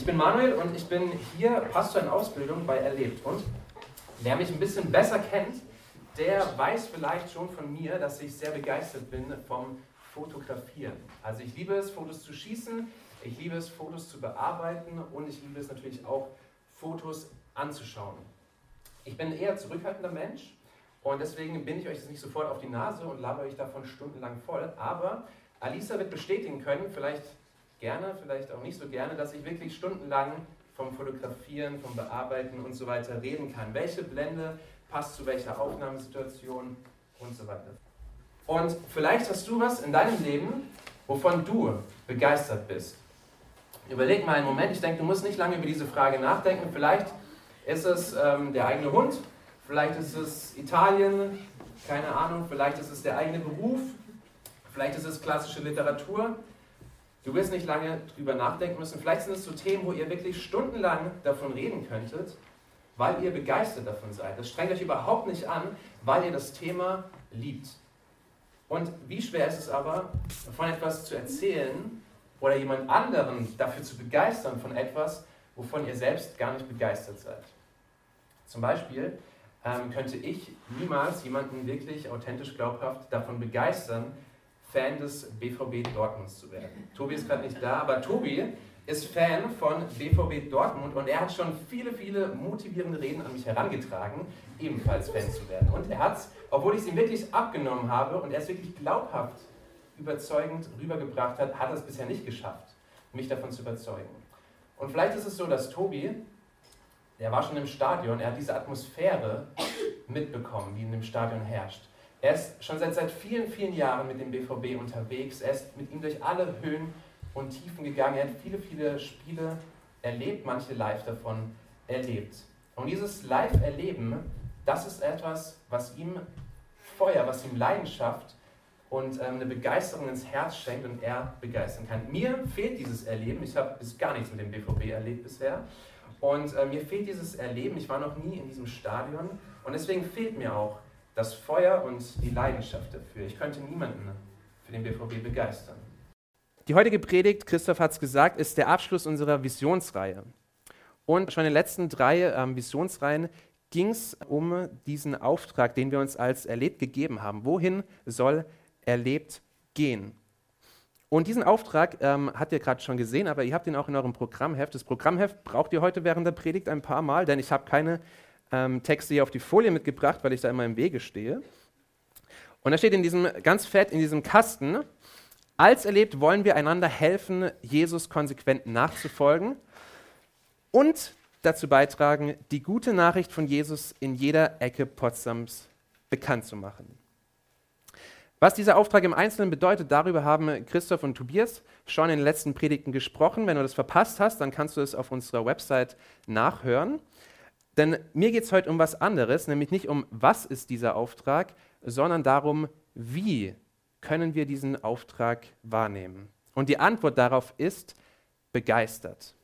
Ich bin Manuel und ich bin hier Pastor in Ausbildung bei Erlebt. Und wer mich ein bisschen besser kennt, der weiß vielleicht schon von mir, dass ich sehr begeistert bin vom Fotografieren. Also ich liebe es, Fotos zu schießen, ich liebe es, Fotos zu bearbeiten und ich liebe es natürlich auch, Fotos anzuschauen. Ich bin ein eher zurückhaltender Mensch und deswegen bin ich euch jetzt nicht sofort auf die Nase und labere euch davon stundenlang voll. Aber Alisa wird bestätigen können, vielleicht gerne, vielleicht auch nicht so gerne, dass ich wirklich stundenlang vom Fotografieren, vom Bearbeiten und so weiter reden kann. Welche Blende passt zu welcher Aufnahmesituation und so weiter. Und vielleicht hast du was in deinem Leben, wovon du begeistert bist. Überleg mal einen Moment, ich denke, du musst nicht lange über diese Frage nachdenken. Vielleicht ist es der eigene Hund, vielleicht ist es Italien, keine Ahnung, vielleicht ist es der eigene Beruf, vielleicht ist es klassische Literatur. Du wirst nicht lange drüber nachdenken müssen. Vielleicht sind es so Themen, wo ihr wirklich stundenlang davon reden könntet, weil ihr begeistert davon seid. Das strengt euch überhaupt nicht an, weil ihr das Thema liebt. Und wie schwer ist es aber, von etwas zu erzählen oder jemand anderen dafür zu begeistern von etwas, wovon ihr selbst gar nicht begeistert seid. Zum Beispiel könnte ich niemals jemanden wirklich authentisch glaubhaft davon begeistern, Fan des BVB Dortmunds zu werden. Tobi ist gerade nicht da, aber Tobi ist Fan von BVB Dortmund und er hat schon viele, viele motivierende Reden an mich herangetragen, ebenfalls Fan zu werden. Und er hat es, obwohl ich es ihm wirklich abgenommen habe und er es wirklich glaubhaft, überzeugend rübergebracht hat, hat er es bisher nicht geschafft, mich davon zu überzeugen. Und vielleicht ist es so, dass Tobi, der war schon im Stadion, er hat diese Atmosphäre mitbekommen, die in dem Stadion herrscht. Er ist schon seit vielen, vielen Jahren mit dem BVB unterwegs. Er ist mit ihm durch alle Höhen und Tiefen gegangen. Er hat viele, viele Spiele erlebt, manche live davon erlebt. Und dieses Live-Erleben, das ist etwas, was ihm Feuer, was ihm Leidenschaft und eine Begeisterung ins Herz schenkt und er begeistern kann. Mir fehlt dieses Erleben. Ich habe bis gar nichts mit dem BVB erlebt bisher. Und mir fehlt dieses Erleben. Ich war noch nie in diesem Stadion. Und deswegen fehlt mir auch das Feuer und die Leidenschaft dafür. Ich könnte niemanden für den BVB begeistern. Die heutige Predigt, Christoph hat es gesagt, ist der Abschluss unserer Visionsreihe. Und schon in den letzten 3 Visionsreihen ging es um diesen Auftrag, den wir uns als Erlebt gegeben haben. Wohin soll Erlebt gehen? Und diesen Auftrag habt ihr gerade schon gesehen, aber ihr habt ihn auch in eurem Programmheft. Das Programmheft braucht ihr heute während der Predigt ein paar Mal, denn ich habe keine Texte hier auf die Folie mitgebracht, weil ich da immer im Wege stehe. Und da steht in diesem, ganz fett in diesem Kasten: Als Erlebt wollen wir einander helfen, Jesus konsequent nachzufolgen und dazu beitragen, die gute Nachricht von Jesus in jeder Ecke Potsdams bekannt zu machen. Was dieser Auftrag im Einzelnen bedeutet, darüber haben Christoph und Tobias schon in den letzten Predigten gesprochen. Wenn du das verpasst hast, dann kannst du es auf unserer Website nachhören. Denn mir geht es heute um was anderes, nämlich nicht um, was ist dieser Auftrag, sondern darum, wie können wir diesen Auftrag wahrnehmen. Und die Antwort darauf ist begeistert.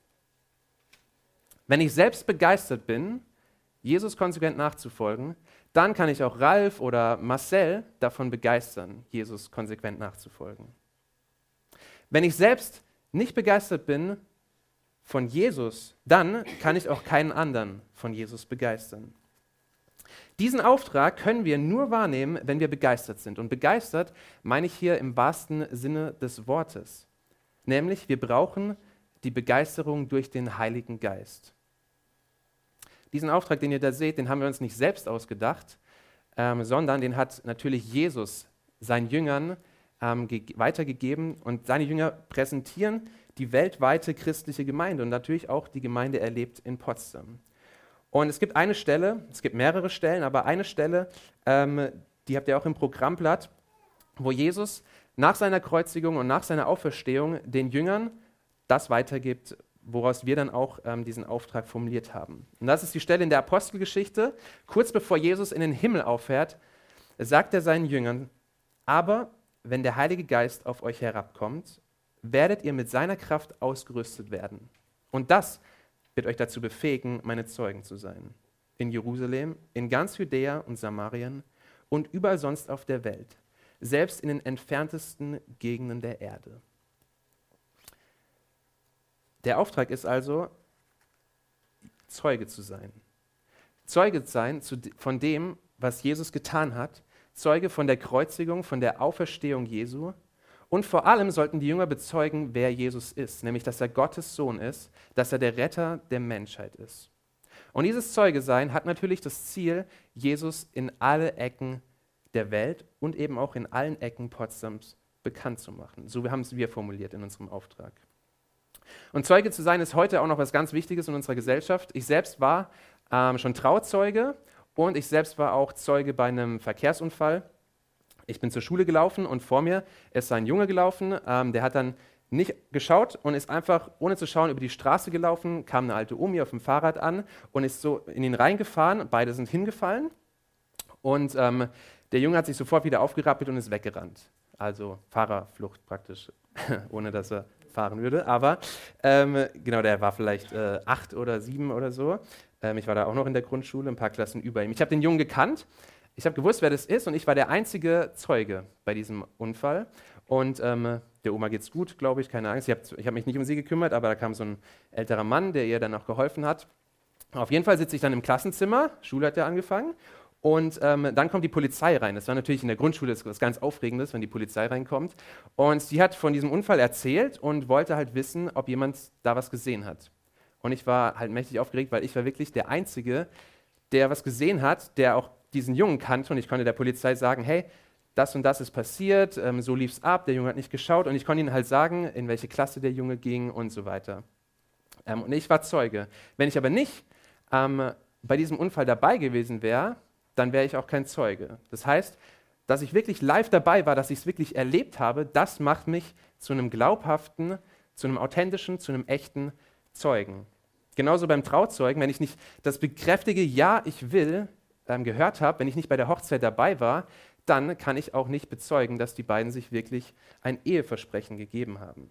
Wenn ich selbst begeistert bin, Jesus konsequent nachzufolgen, dann kann ich auch Ralf oder Marcel davon begeistern, Jesus konsequent nachzufolgen. Wenn ich selbst nicht begeistert bin von Jesus, dann kann ich auch keinen anderen von Jesus begeistern. Diesen Auftrag können wir nur wahrnehmen, wenn wir begeistert sind. Und begeistert meine ich hier im wahrsten Sinne des Wortes. Nämlich, wir brauchen die Begeisterung durch den Heiligen Geist. Diesen Auftrag, den ihr da seht, den haben wir uns nicht selbst ausgedacht, sondern den hat natürlich Jesus seinen Jüngern weitergegeben. Und seine Jünger präsentieren die weltweite christliche Gemeinde und natürlich auch die Gemeinde Erlebt in Potsdam. Und es gibt eine Stelle, es gibt mehrere Stellen, aber eine Stelle, die habt ihr auch im Programmblatt, wo Jesus nach seiner Kreuzigung und nach seiner Auferstehung den Jüngern das weitergibt, woraus wir dann auch diesen Auftrag formuliert haben. Und das ist die Stelle in der Apostelgeschichte. Kurz bevor Jesus in den Himmel auffährt, sagt er seinen Jüngern: Aber wenn der Heilige Geist auf euch herabkommt, werdet ihr mit seiner Kraft ausgerüstet werden. Und das wird euch dazu befähigen, meine Zeugen zu sein. In Jerusalem, in ganz Judäa und Samarien und überall sonst auf der Welt, selbst in den entferntesten Gegenden der Erde. Der Auftrag ist also, Zeuge zu sein. Zeuge sein von dem, was Jesus getan hat, Zeuge von der Kreuzigung, von der Auferstehung Jesu. Und vor allem sollten die Jünger bezeugen, wer Jesus ist, nämlich, dass er Gottes Sohn ist, dass er der Retter der Menschheit ist. Und dieses Zeuge-Sein hat natürlich das Ziel, Jesus in alle Ecken der Welt und eben auch in allen Ecken Potsdams bekannt zu machen. So haben es wir formuliert in unserem Auftrag. Und Zeuge zu sein ist heute auch noch was ganz Wichtiges in unserer Gesellschaft. Ich selbst war schon Trauzeuge und ich selbst war auch Zeuge bei einem Verkehrsunfall. Ich bin zur Schule gelaufen und vor mir ist ein Junge gelaufen, der hat dann nicht geschaut und ist einfach, ohne zu schauen, über die Straße gelaufen, kam eine alte Omi auf dem Fahrrad an und ist so in ihn reingefahren. Beide sind hingefallen und der Junge hat sich sofort wieder aufgerappelt und ist weggerannt. Also Fahrerflucht praktisch, ohne dass er fahren würde. Aber genau, der war vielleicht 8 oder 7 oder so. Ich war da auch noch in der Grundschule, ein paar Klassen über ihm. Ich habe den Jungen gekannt. Ich habe gewusst, wer das ist und ich war der einzige Zeuge bei diesem Unfall. Und der Oma geht's gut, glaube ich, keine Angst. Ich hab mich nicht um sie gekümmert, aber da kam so ein älterer Mann, der ihr dann auch geholfen hat. Auf jeden Fall sitze ich dann im Klassenzimmer, Schule hat ja angefangen, und dann kommt die Polizei rein. Das war natürlich in der Grundschule was ganz Aufregendes, wenn die Polizei reinkommt. Und sie hat von diesem Unfall erzählt und wollte halt wissen, ob jemand da was gesehen hat. Und ich war halt mächtig aufgeregt, weil ich war wirklich der Einzige, der was gesehen hat, der auch diesen Jungen kannte und ich konnte der Polizei sagen, hey, das und das ist passiert, so lief es ab, der Junge hat nicht geschaut und ich konnte ihnen halt sagen, in welche Klasse der Junge ging und so weiter. Und ich war Zeuge. Wenn ich aber nicht bei diesem Unfall dabei gewesen wäre, dann wäre ich auch kein Zeuge. Das heißt, dass ich wirklich live dabei war, dass ich es wirklich erlebt habe, das macht mich zu einem glaubhaften, zu einem authentischen, zu einem echten Zeugen. Genauso beim Trauzeugen, wenn ich nicht das bekräftige Ja, ich will gehört habe, wenn ich nicht bei der Hochzeit dabei war, dann kann ich auch nicht bezeugen, dass die beiden sich wirklich ein Eheversprechen gegeben haben.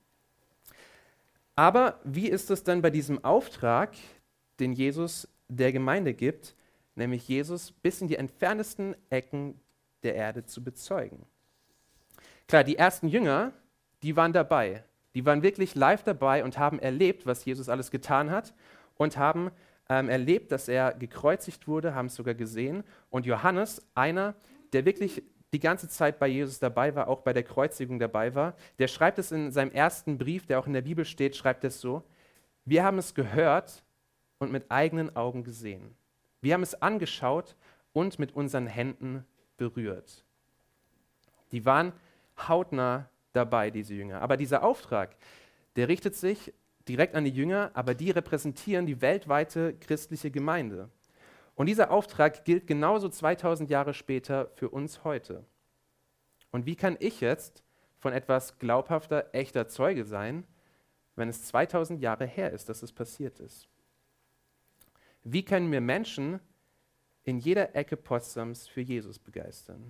Aber wie ist es denn bei diesem Auftrag, den Jesus der Gemeinde gibt, nämlich Jesus bis in die entferntesten Ecken der Erde zu bezeugen? Klar, die ersten Jünger, die waren dabei. Die waren wirklich live dabei und haben erlebt, was Jesus alles getan hat und haben erlebt, dass er gekreuzigt wurde, haben es sogar gesehen. Und Johannes, einer, der wirklich die ganze Zeit bei Jesus dabei war, auch bei der Kreuzigung dabei war, der schreibt es in seinem ersten Brief, der auch in der Bibel steht, schreibt es so: Wir haben es gehört und mit eigenen Augen gesehen. Wir haben es angeschaut und mit unseren Händen berührt. Die waren hautnah dabei, diese Jünger. Aber dieser Auftrag, der richtet sich direkt an die Jünger, aber die repräsentieren die weltweite christliche Gemeinde. Und dieser Auftrag gilt genauso 2000 Jahre später für uns heute. Und wie kann ich jetzt von etwas glaubhafter, echter Zeuge sein, wenn es 2000 Jahre her ist, dass es passiert ist? Wie können wir Menschen in jeder Ecke Potsdams für Jesus begeistern?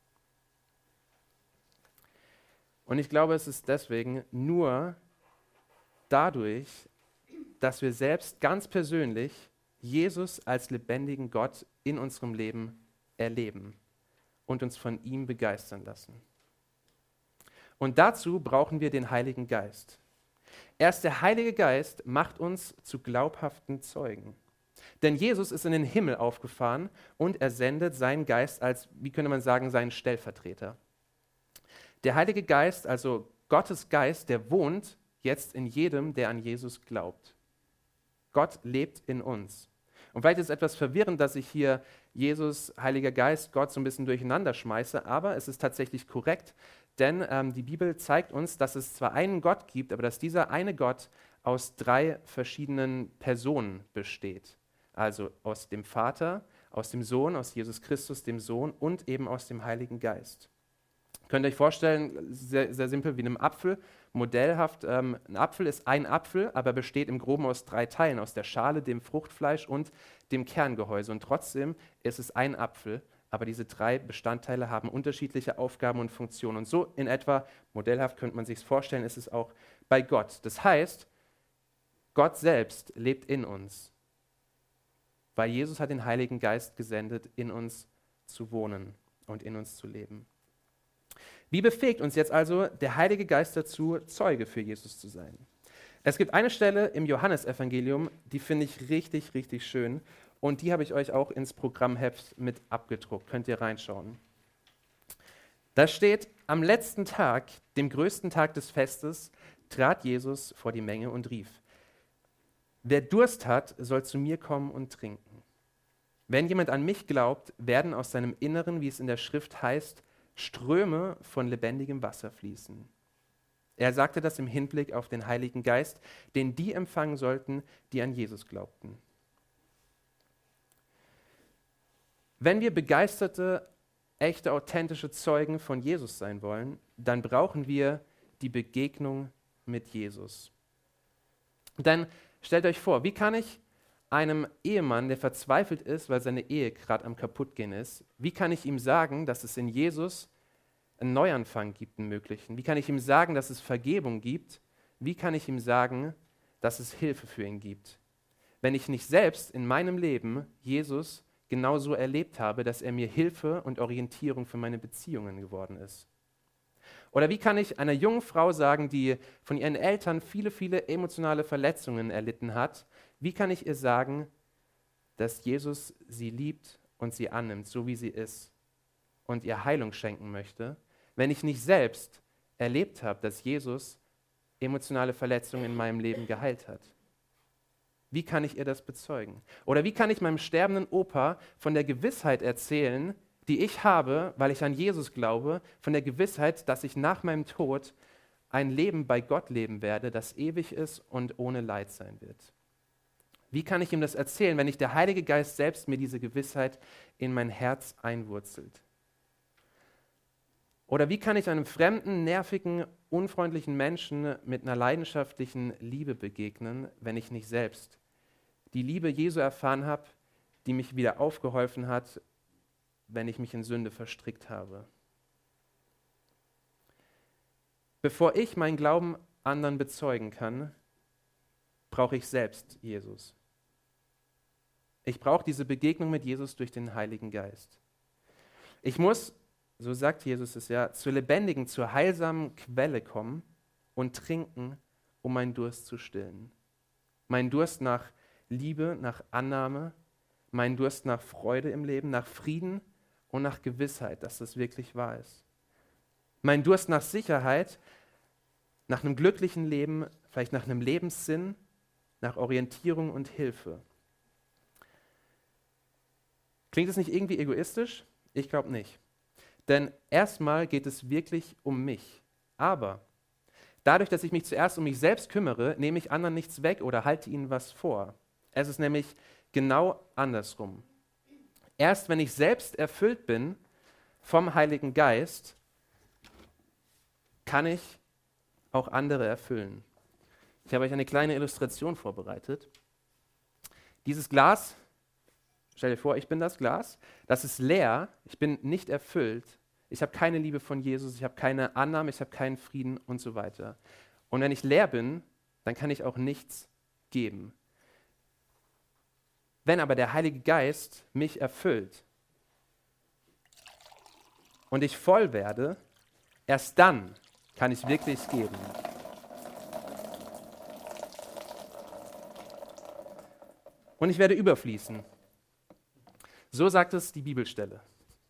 Und ich glaube, es ist deswegen nur dadurch, dass wir selbst ganz persönlich Jesus als lebendigen Gott in unserem Leben erleben und uns von ihm begeistern lassen. Und dazu brauchen wir den Heiligen Geist. Erst der Heilige Geist macht uns zu glaubhaften Zeugen. Denn Jesus ist in den Himmel aufgefahren und er sendet seinen Geist als, wie könnte man sagen, seinen Stellvertreter. Der Heilige Geist, also Gottes Geist, der wohnt jetzt in jedem, der an Jesus glaubt. Gott lebt in uns. Und vielleicht ist es etwas verwirrend, dass ich hier Jesus, Heiliger Geist, Gott so ein bisschen durcheinander schmeiße, aber es ist tatsächlich korrekt, denn die Bibel zeigt uns, dass es zwar einen Gott gibt, aber dass dieser eine Gott aus 3 verschiedenen Personen besteht. Also aus dem Vater, aus dem Sohn, aus Jesus Christus, dem Sohn und eben aus dem Heiligen Geist. Könnt ihr euch vorstellen, sehr, sehr simpel wie einem Apfel, modellhaft. Ein Apfel ist ein Apfel, aber besteht im Groben aus 3 Teilen, aus der Schale, dem Fruchtfleisch und dem Kerngehäuse. Und trotzdem ist es ein Apfel, aber diese 3 Bestandteile haben unterschiedliche Aufgaben und Funktionen. Und so in etwa, modellhaft könnte man sich es vorstellen, ist es auch bei Gott. Das heißt, Gott selbst lebt in uns, weil Jesus hat den Heiligen Geist gesendet, in uns zu wohnen und in uns zu leben. Wie befähigt uns jetzt also der Heilige Geist dazu, Zeuge für Jesus zu sein? Es gibt eine Stelle im Johannesevangelium, die finde ich richtig, richtig schön. Und die habe ich euch auch ins Programmheft mit abgedruckt. Könnt ihr reinschauen. Da steht, am letzten Tag, dem größten Tag des Festes, trat Jesus vor die Menge und rief: Wer Durst hat, soll zu mir kommen und trinken. Wenn jemand an mich glaubt, werden aus seinem Inneren, wie es in der Schrift heißt, Ströme von lebendigem Wasser fließen. Er sagte das im Hinblick auf den Heiligen Geist, den die empfangen sollten, die an Jesus glaubten. Wenn wir begeisterte, echte, authentische Zeugen von Jesus sein wollen, dann brauchen wir die Begegnung mit Jesus. Denn stellt euch vor, wie kann ich einem Ehemann, der verzweifelt ist, weil seine Ehe gerade am Kaputtgehen ist, wie kann ich ihm sagen, dass es in Jesus einen Neuanfang gibt, einen möglichen? Wie kann ich ihm sagen, dass es Vergebung gibt? Wie kann ich ihm sagen, dass es Hilfe für ihn gibt? Wenn ich nicht selbst in meinem Leben Jesus genauso erlebt habe, dass er mir Hilfe und Orientierung für meine Beziehungen geworden ist. Oder wie kann ich einer jungen Frau sagen, die von ihren Eltern viele, viele emotionale Verletzungen erlitten hat, wie kann ich ihr sagen, dass Jesus sie liebt und sie annimmt, so wie sie ist und ihr Heilung schenken möchte, wenn ich nicht selbst erlebt habe, dass Jesus emotionale Verletzungen in meinem Leben geheilt hat? Wie kann ich ihr das bezeugen? Oder wie kann ich meinem sterbenden Opa von der Gewissheit erzählen, die ich habe, weil ich an Jesus glaube, von der Gewissheit, dass ich nach meinem Tod ein Leben bei Gott leben werde, das ewig ist und ohne Leid sein wird? Wie kann ich ihm das erzählen, wenn nicht der Heilige Geist selbst mir diese Gewissheit in mein Herz einwurzelt? Oder wie kann ich einem fremden, nervigen, unfreundlichen Menschen mit einer leidenschaftlichen Liebe begegnen, wenn ich nicht selbst die Liebe Jesu erfahren habe, die mich wieder aufgeholfen hat, wenn ich mich in Sünde verstrickt habe? Bevor ich meinen Glauben anderen bezeugen kann, brauche ich selbst Jesus. Ich brauche diese Begegnung mit Jesus durch den Heiligen Geist. Ich muss, so sagt Jesus es ja, zur lebendigen, zur heilsamen Quelle kommen und trinken, um meinen Durst zu stillen. Meinen Durst nach Liebe, nach Annahme, meinen Durst nach Freude im Leben, nach Frieden und nach Gewissheit, dass das wirklich wahr ist. Mein Durst nach Sicherheit, nach einem glücklichen Leben, vielleicht nach einem Lebenssinn, nach Orientierung und Hilfe. Klingt es nicht irgendwie egoistisch? Ich glaube nicht. Denn erstmal geht es wirklich um mich. Aber dadurch, dass ich mich zuerst um mich selbst kümmere, nehme ich anderen nichts weg oder halte ihnen was vor. Es ist nämlich genau andersrum. Erst wenn ich selbst erfüllt bin vom Heiligen Geist, kann ich auch andere erfüllen. Ich habe euch eine kleine Illustration vorbereitet. Dieses Glas, stell dir vor, ich bin das Glas, das ist leer, ich bin nicht erfüllt, ich habe keine Liebe von Jesus, ich habe keine Annahme, ich habe keinen Frieden und so weiter. Und wenn ich leer bin, dann kann ich auch nichts geben. Wenn aber der Heilige Geist mich erfüllt und ich voll werde, erst dann kann ich wirklich geben. Und ich werde überfließen. So sagt es die Bibelstelle.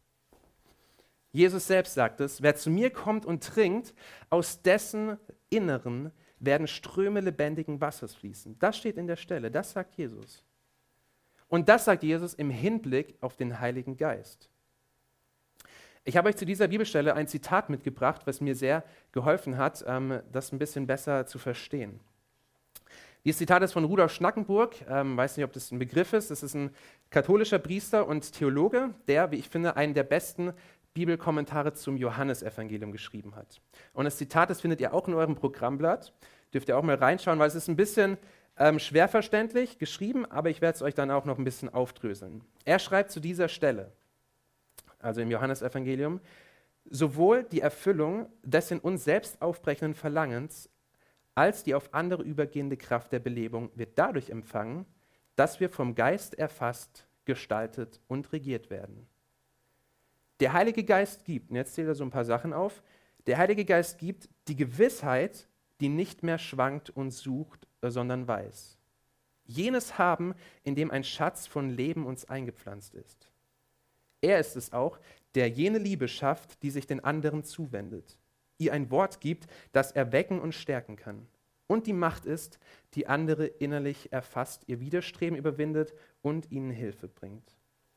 Jesus selbst sagt es: Wer zu mir kommt und trinkt, aus dessen Inneren werden Ströme lebendigen Wassers fließen. Das steht in der Stelle, das sagt Jesus. Und das sagt Jesus im Hinblick auf den Heiligen Geist. Ich habe euch zu dieser Bibelstelle ein Zitat mitgebracht, was mir sehr geholfen hat, das ein bisschen besser zu verstehen. Dieses Zitat ist von Rudolf Schnackenburg, weiß nicht, ob das ein Begriff ist. Das ist ein katholischer Priester und Theologe, der, wie ich finde, einen der besten Bibelkommentare zum Johannesevangelium geschrieben hat. Und das Zitat, das findet ihr auch in eurem Programmblatt. Dürft ihr auch mal reinschauen, weil es ist ein bisschen schwer verständlich geschrieben, aber ich werde es euch dann auch noch ein bisschen aufdröseln. Er schreibt zu dieser Stelle, also im Johannesevangelium: Sowohl die Erfüllung des in uns selbst aufbrechenden Verlangens als die auf andere übergehende Kraft der Belebung wird dadurch empfangen, dass wir vom Geist erfasst, gestaltet und regiert werden. Der Heilige Geist gibt, und jetzt zählt er so ein paar Sachen auf, der Heilige Geist gibt die Gewissheit, die nicht mehr schwankt und sucht, sondern weiß. Jenes haben, in dem ein Schatz von Leben uns eingepflanzt ist. Er ist es auch, der jene Liebe schafft, die sich den anderen zuwendet, ihr ein Wort gibt, das erwecken und stärken kann. Und die Macht ist, die andere innerlich erfasst, ihr Widerstreben überwindet und ihnen Hilfe bringt.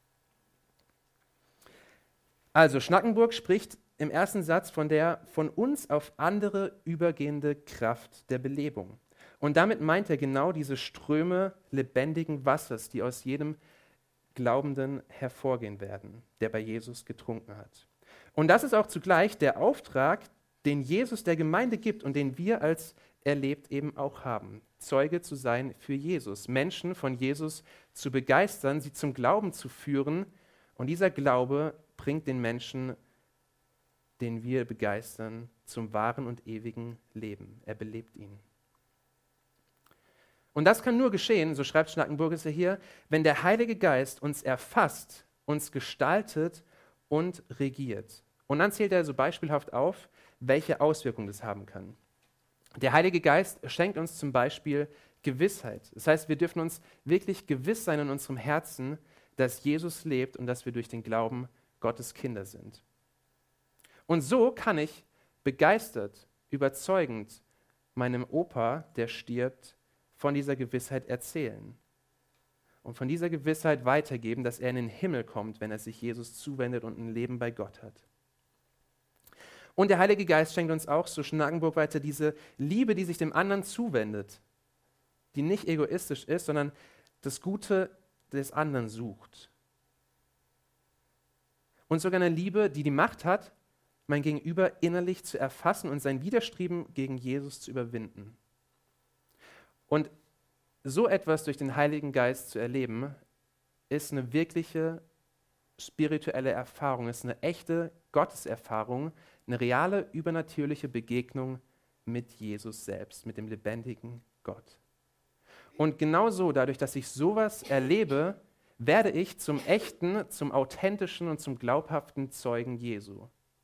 Also Schnackenburg spricht im ersten Satz von der von uns auf andere übergehende Kraft der Belebung. Und damit meint er genau diese Ströme lebendigen Wassers, die aus jedem Glaubenden hervorgehen werden, der bei Jesus getrunken hat. Und das ist auch zugleich der Auftrag, den Jesus der Gemeinde gibt und den wir als erlebt eben auch haben. Zeuge zu sein für Jesus, Menschen von Jesus zu begeistern, sie zum Glauben zu führen. Und dieser Glaube bringt den Menschen, den wir begeistern, zum wahren und ewigen Leben. Er belebt ihn. Und das kann nur geschehen, so schreibt Schnackenburg es ja hier, wenn der Heilige Geist uns erfasst, uns gestaltet und regiert. Und dann zählt er so beispielhaft auf, welche Auswirkungen das haben kann. Der Heilige Geist schenkt uns zum Beispiel Gewissheit. Das heißt, wir dürfen uns wirklich gewiss sein in unserem Herzen, dass Jesus lebt und dass wir durch den Glauben Gottes Kinder sind. Und so kann ich begeistert, überzeugend meinem Opa, der stirbt, von dieser Gewissheit erzählen und von dieser Gewissheit weitergeben, dass er in den Himmel kommt, wenn er sich Jesus zuwendet und ein Leben bei Gott hat. Und der Heilige Geist schenkt uns auch, so Schnackenburg weiter, diese Liebe, die sich dem anderen zuwendet, die nicht egoistisch ist, sondern das Gute des anderen sucht. Und sogar eine Liebe, die die Macht hat, mein Gegenüber innerlich zu erfassen und sein Widerstreben gegen Jesus zu überwinden. Und so etwas durch den Heiligen Geist zu erleben, ist eine wirkliche spirituelle Erfahrung, ist eine echte Gotteserfahrung, eine reale, übernatürliche Begegnung mit Jesus selbst, mit dem lebendigen Gott. Und genauso, dadurch, dass ich sowas erlebe, werde ich zum echten, zum authentischen und zum glaubhaften Zeugen Jesu.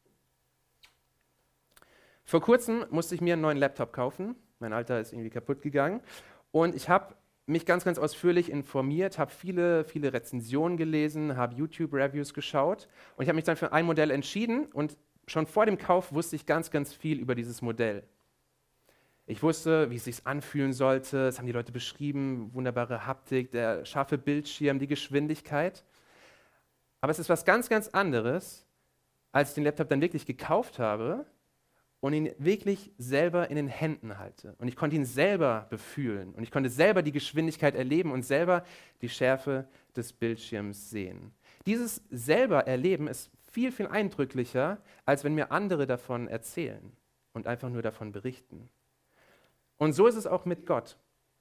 Vor kurzem musste ich mir einen neuen Laptop kaufen. Mein alter ist irgendwie kaputt gegangen. Und ich habe mich ganz, ganz ausführlich informiert, habe viele Rezensionen gelesen, habe YouTube-Reviews geschaut. Und ich habe mich dann für ein Modell entschieden. Und schon vor dem Kauf wusste ich ganz, ganz viel über dieses Modell. Ich wusste, wie es sich anfühlen sollte. Das haben die Leute beschrieben. Wunderbare Haptik, der scharfe Bildschirm, die Geschwindigkeit. Aber es ist was ganz, ganz anderes, als ich den Laptop dann wirklich gekauft habe und ihn wirklich selber in den Händen halte. Und ich konnte ihn selber befühlen. Und ich konnte selber die Geschwindigkeit erleben und selber die Schärfe des Bildschirms sehen. Dieses selber Erleben ist viel, viel eindrücklicher, als wenn mir andere davon erzählen und einfach nur davon berichten. Und so ist es auch mit Gott.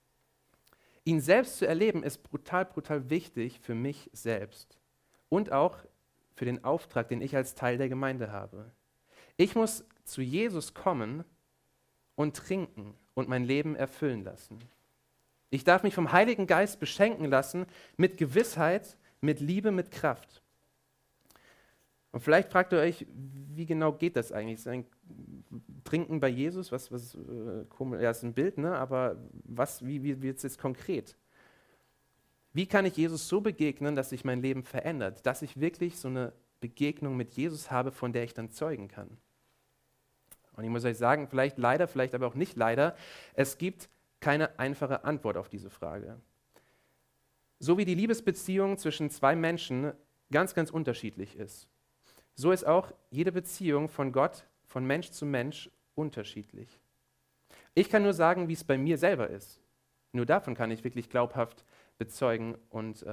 Ihn selbst zu erleben, ist brutal, brutal wichtig für mich selbst und auch für den Auftrag, den ich als Teil der Gemeinde habe. Ich muss zu Jesus kommen und trinken und mein Leben erfüllen lassen. Ich darf mich vom Heiligen Geist beschenken lassen mit Gewissheit, mit Liebe, mit Kraft. Und vielleicht fragt ihr euch, wie genau geht das eigentlich? Ist ein Trinken bei Jesus, komisch, ja, ist ein Bild, ne? Aber wie wird es jetzt konkret? Wie kann ich Jesus so begegnen, dass sich mein Leben verändert? Dass ich wirklich so eine Begegnung mit Jesus habe, von der ich dann zeugen kann. Und ich muss euch sagen, vielleicht leider, vielleicht aber auch nicht leider, es gibt keine einfache Antwort auf diese Frage. So wie die Liebesbeziehung zwischen zwei Menschen ganz, ganz unterschiedlich ist, so ist auch jede Beziehung von Gott, von Mensch zu Mensch unterschiedlich. Ich kann nur sagen, wie es bei mir selber ist. Nur davon kann ich wirklich glaubhaft bezeugen und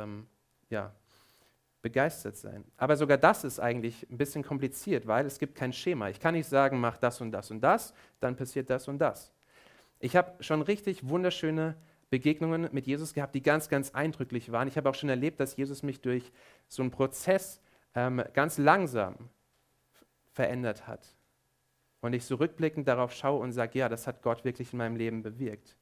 begeistert sein. Aber sogar das ist eigentlich ein bisschen kompliziert, weil es gibt kein Schema. Ich kann nicht sagen, mach das und das und das, dann passiert das und das. Ich habe schon richtig wunderschöne Begegnungen mit Jesus gehabt, die ganz, ganz eindrücklich waren. Ich habe auch schon erlebt, dass Jesus mich durch so einen Prozess ganz langsam verändert hat. Und ich so rückblickend darauf schaue und sage, ja, das hat Gott wirklich in meinem Leben bewirkt.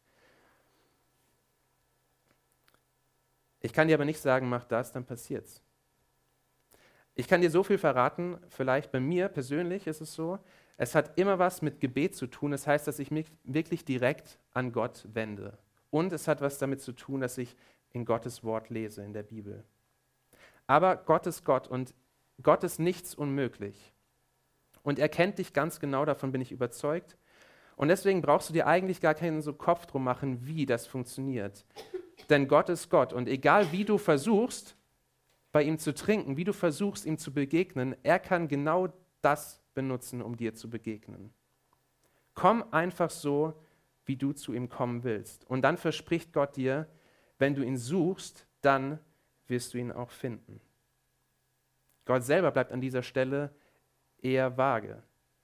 Ich kann dir aber nicht sagen, mach das, dann passiert's. Ich kann dir so viel verraten, vielleicht bei mir persönlich ist es so, Es hat immer was mit Gebet zu tun. Das heißt, dass ich mich wirklich direkt an Gott wende. Und es hat was damit zu tun, dass ich in Gottes Wort lese, in der Bibel. Aber Gott ist Gott und Gott ist nichts unmöglich. Und er kennt dich ganz genau, davon bin ich überzeugt. Und deswegen brauchst du dir eigentlich gar keinen so Kopf drum machen, wie das funktioniert. Denn Gott ist Gott. Und egal wie du versuchst, bei ihm zu trinken, wie du versuchst, ihm zu begegnen, er kann genau das benutzen, um dir zu begegnen. Komm einfach so, wie du zu ihm kommen willst. Und dann verspricht Gott dir, wenn du ihn suchst, dann wirst du ihn auch finden. Gott selber bleibt an dieser Stelle eher vage.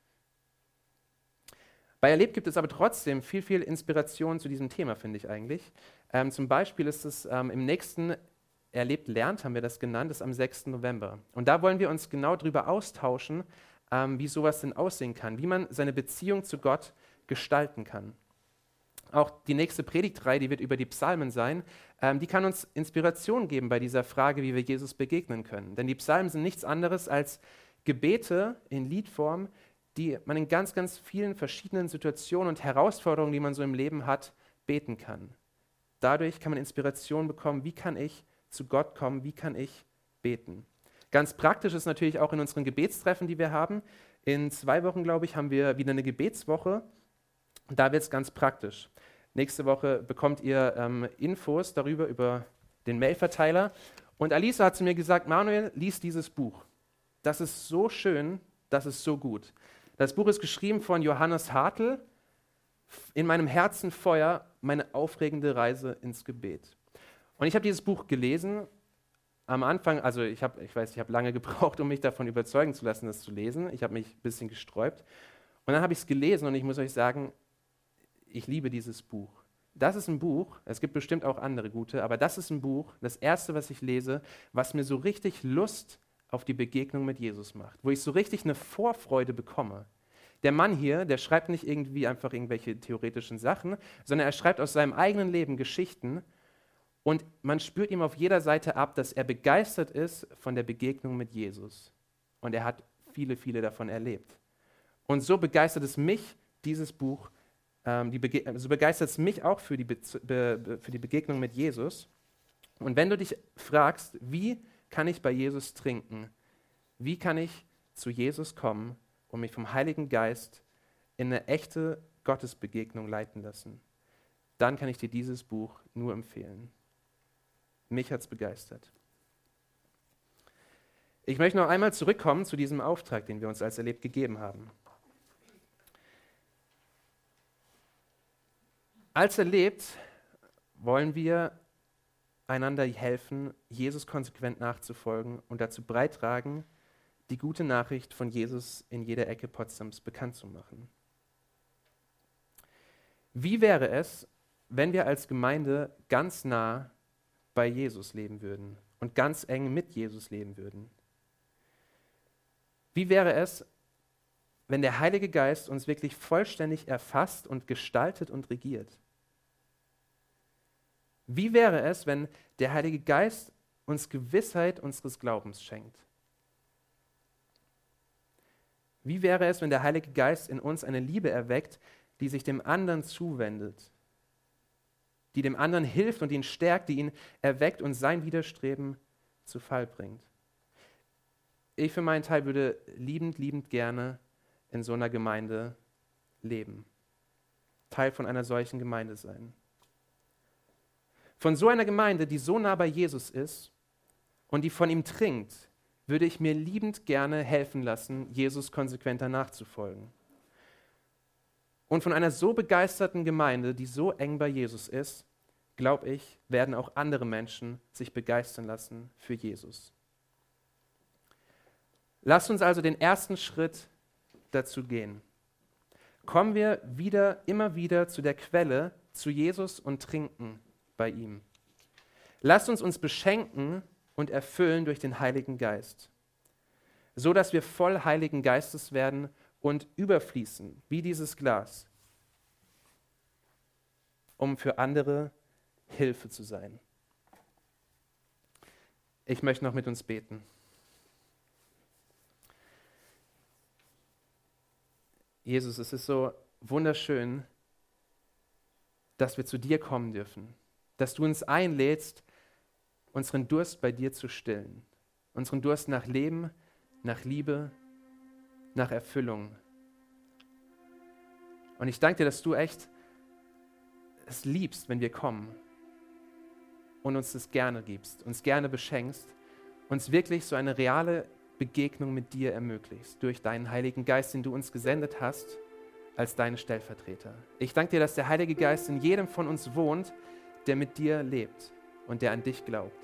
Bei Erlebt gibt es aber trotzdem viel Inspiration zu diesem Thema, finde ich eigentlich. Zum Beispiel ist es im nächsten Erlebt lernt, haben wir das genannt, ist am 6. November. Und da wollen wir uns genau darüber austauschen, wie sowas denn aussehen kann, wie man seine Beziehung zu Gott gestalten kann. Auch die nächste Predigtreihe, die wird über die Psalmen sein, die kann uns Inspiration geben bei dieser Frage, wie wir Jesus begegnen können. Denn die Psalmen sind nichts anderes als Gebete in Liedform, die man in ganz vielen verschiedenen Situationen und Herausforderungen, die man so im Leben hat, beten kann. Dadurch kann man Inspiration bekommen, wie kann ich zu Gott kommen, wie kann ich beten. Ganz praktisch ist natürlich auch in unseren Gebetstreffen, die wir haben. In 2 Wochen, glaube ich, haben wir wieder eine Gebetswoche. Und da wird es ganz praktisch. Nächste Woche bekommt ihr Infos darüber, über den Mailverteiler. Und Alisa hat zu mir gesagt, Manuel, lies dieses Buch. Das ist so schön, das ist so gut. Das Buch ist geschrieben von Johannes Hartl, In meinem Herzen Feuer, meine aufregende Reise ins Gebet. Und ich habe dieses Buch gelesen, am Anfang, also ich habe lange gebraucht, um mich davon überzeugen zu lassen, das zu lesen. Ich habe mich ein bisschen gesträubt. Und dann habe ich es gelesen und ich muss euch sagen, ich liebe dieses Buch. Das ist ein Buch, es gibt bestimmt auch andere gute, aber das ist ein Buch, das erste, was ich lese, was mir so richtig Lust auf die Begegnung mit Jesus macht, wo ich so richtig eine Vorfreude bekomme. Der Mann hier, der schreibt nicht irgendwie einfach irgendwelche theoretischen Sachen, sondern er schreibt aus seinem eigenen Leben Geschichten und man spürt ihm auf jeder Seite ab, dass er begeistert ist von der Begegnung mit Jesus. Und er hat viele davon erlebt. Und so begeistert es mich, dieses Buch, so begeistert es mich auch für die Begegnung mit Jesus. Und wenn du dich fragst, wie kann ich bei Jesus trinken? Wie kann ich zu Jesus kommen und mich vom Heiligen Geist in eine echte Gottesbegegnung leiten lassen? Dann kann ich dir dieses Buch nur empfehlen. Mich hat es begeistert. Ich möchte noch einmal zurückkommen zu diesem Auftrag, den wir uns als Erlebt gegeben haben. Als Erlebt wollen wir einander helfen, Jesus konsequent nachzufolgen und dazu beitragen, die gute Nachricht von Jesus in jeder Ecke Potsdams bekannt zu machen. Wie wäre es, wenn wir als Gemeinde ganz nah bei Jesus leben würden und ganz eng mit Jesus leben würden? Wie wäre es, wenn der Heilige Geist uns wirklich vollständig erfasst und gestaltet und regiert? Wie wäre es, wenn der Heilige Geist uns Gewissheit unseres Glaubens schenkt? Wie wäre es, wenn der Heilige Geist in uns eine Liebe erweckt, die sich dem anderen zuwendet, die dem anderen hilft und ihn stärkt, die ihn erweckt und sein Widerstreben zu Fall bringt? Ich für meinen Teil würde liebend gerne in so einer Gemeinde leben, Teil von einer solchen Gemeinde sein. Von so einer Gemeinde, die so nah bei Jesus ist und die von ihm trinkt, würde ich mir liebend gerne helfen lassen, Jesus konsequenter nachzufolgen. Und von einer so begeisterten Gemeinde, die so eng bei Jesus ist, glaube ich, werden auch andere Menschen sich begeistern lassen für Jesus. Lasst uns also den ersten Schritt dazu gehen. Kommen wir immer wieder zu der Quelle, zu Jesus und trinken bei ihm. Lasst uns beschenken und erfüllen durch den Heiligen Geist, so dass wir voll Heiligen Geistes werden und überfließen, wie dieses Glas, um für andere Hilfe zu sein. Ich möchte noch mit uns beten. Jesus, es ist so wunderschön, dass wir zu dir kommen dürfen, dass du uns einlädst, unseren Durst bei dir zu stillen, unseren Durst nach Leben, nach Liebe, nach Erfüllung. Und ich danke dir, dass du echt es liebst, wenn wir kommen und uns das gerne gibst, uns gerne beschenkst, uns wirklich so eine reale Begegnung mit dir ermöglichst, durch deinen Heiligen Geist, den du uns gesendet hast, als deine Stellvertreter. Ich danke dir, dass der Heilige Geist in jedem von uns wohnt, der mit dir lebt und der an dich glaubt.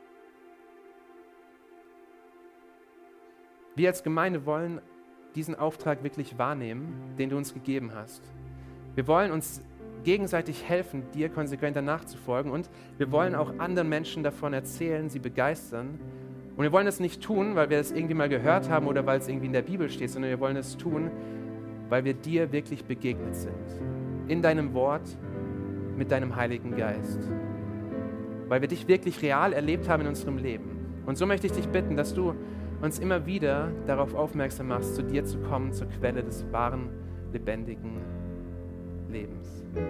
Wir als Gemeinde wollen diesen Auftrag wirklich wahrnehmen, den du uns gegeben hast. Wir wollen uns gegenseitig helfen, dir konsequenter nachzufolgen, und wir wollen auch anderen Menschen davon erzählen, sie begeistern. Und wir wollen das nicht tun, weil wir es irgendwie mal gehört haben oder weil es irgendwie in der Bibel steht, sondern wir wollen es tun, weil wir dir wirklich begegnet sind. In deinem Wort, mit deinem Heiligen Geist. Weil wir dich wirklich real erlebt haben in unserem Leben. Und so möchte ich dich bitten, dass du uns immer wieder darauf aufmerksam machst, zu dir zu kommen, zur Quelle des wahren, lebendigen Lebens.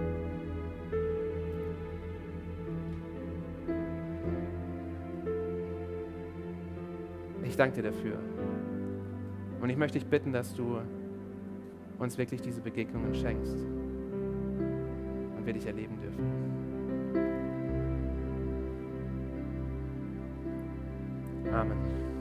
Ich danke dir dafür. Und ich möchte dich bitten, dass du uns wirklich diese Begegnungen schenkst und wir dich erleben dürfen. Amen.